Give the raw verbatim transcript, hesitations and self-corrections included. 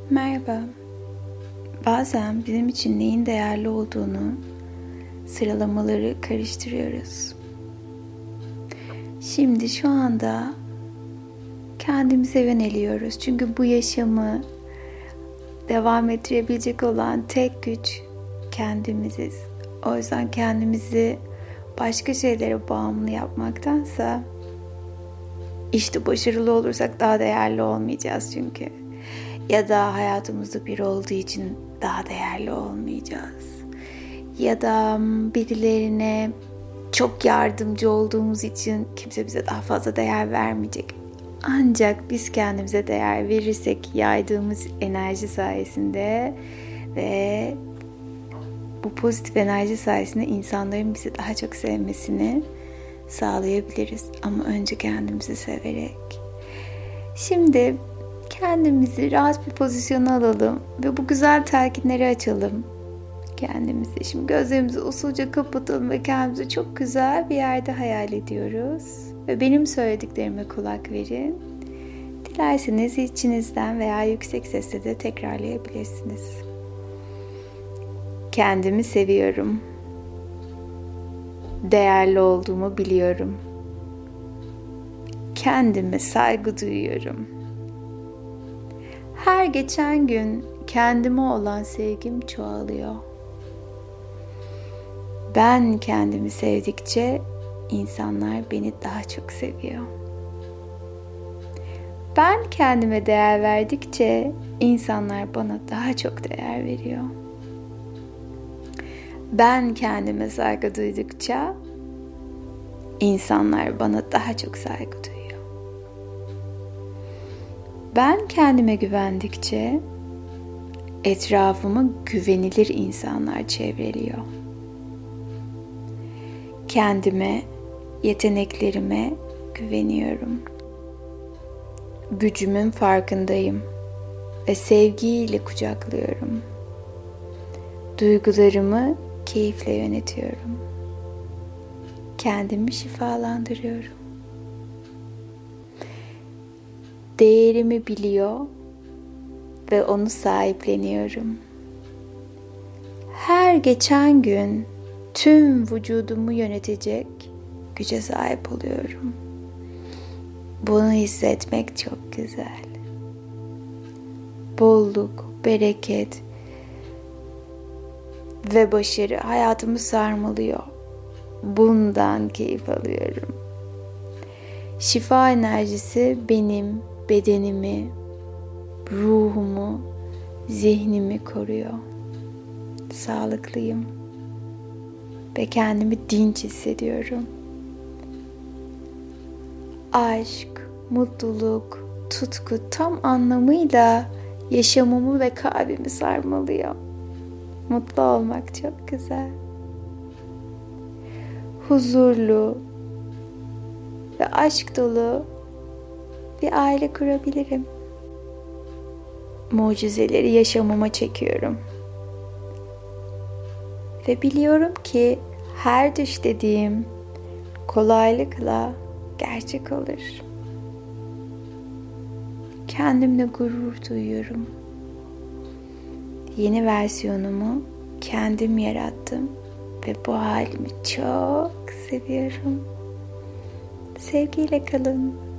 Merhaba. Bazen bizim için neyin değerli olduğunu, sıralamaları karıştırıyoruz. Şimdi şu anda kendimize yöneliyoruz. Çünkü bu yaşamı devam ettirebilecek olan tek güç kendimiziz. O yüzden kendimizi başka şeylere bağımlı yapmaktansa işte başarılı olursak daha değerli olmayacağız çünkü. Ya da hayatımızda biri olduğu için daha değerli olmayacağız. Ya da birilerine çok yardımcı olduğumuz için kimse bize daha fazla değer vermeyecek. Ancak biz kendimize değer verirsek yaydığımız enerji sayesinde ve bu pozitif enerji sayesinde insanların bizi daha çok sevmesini sağlayabiliriz. Ama önce kendimizi severek. Şimdi kendimizi rahat bir pozisyona alalım ve bu güzel telkinleri açalım kendimize. Şimdi gözlerimizi usulca kapatalım ve kendimizi çok güzel bir yerde hayal ediyoruz. Ve benim söylediklerime kulak verin. Dilerseniz içinizden veya yüksek sesle de tekrarlayabilirsiniz. Kendimi seviyorum. Değerli olduğumu biliyorum. Kendime saygı duyuyorum. Her geçen gün kendime olan sevgim çoğalıyor. Ben kendimi sevdikçe insanlar beni daha çok seviyor. Ben kendime değer verdikçe insanlar bana daha çok değer veriyor. Ben kendime saygı duydukça insanlar bana daha çok saygı duyuyor. Ben kendime güvendikçe etrafımı güvenilir insanlar çevreliyor. Kendime, yeteneklerime güveniyorum. Gücümün farkındayım ve sevgiyle kucaklıyorum. Duygularımı keyifle yönetiyorum. Kendimi şifalandırıyorum. Değerimi biliyor ve onu sahipleniyorum. Her geçen gün tüm vücudumu yönetecek güce sahip oluyorum. Bunu hissetmek çok güzel. Bolluk, bereket ve başarı hayatımı sarmalıyor. Bundan keyif alıyorum. Şifa enerjisi benim bedenimi, ruhumu, zihnimi koruyor. Sağlıklıyım ve kendimi dinç hissediyorum. Aşk, mutluluk, tutku tam anlamıyla yaşamımı ve kalbimi sarmalıyor. Mutlu olmak çok güzel. Huzurlu ve aşk dolu bir aile kurabilirim. Mucizeleri yaşamıma çekiyorum. Ve biliyorum ki her düş dediğim kolaylıkla gerçek olur. Kendimle gurur duyuyorum. Yeni versiyonumu kendim yarattım ve bu halimi çok seviyorum. Sevgiyle kalın.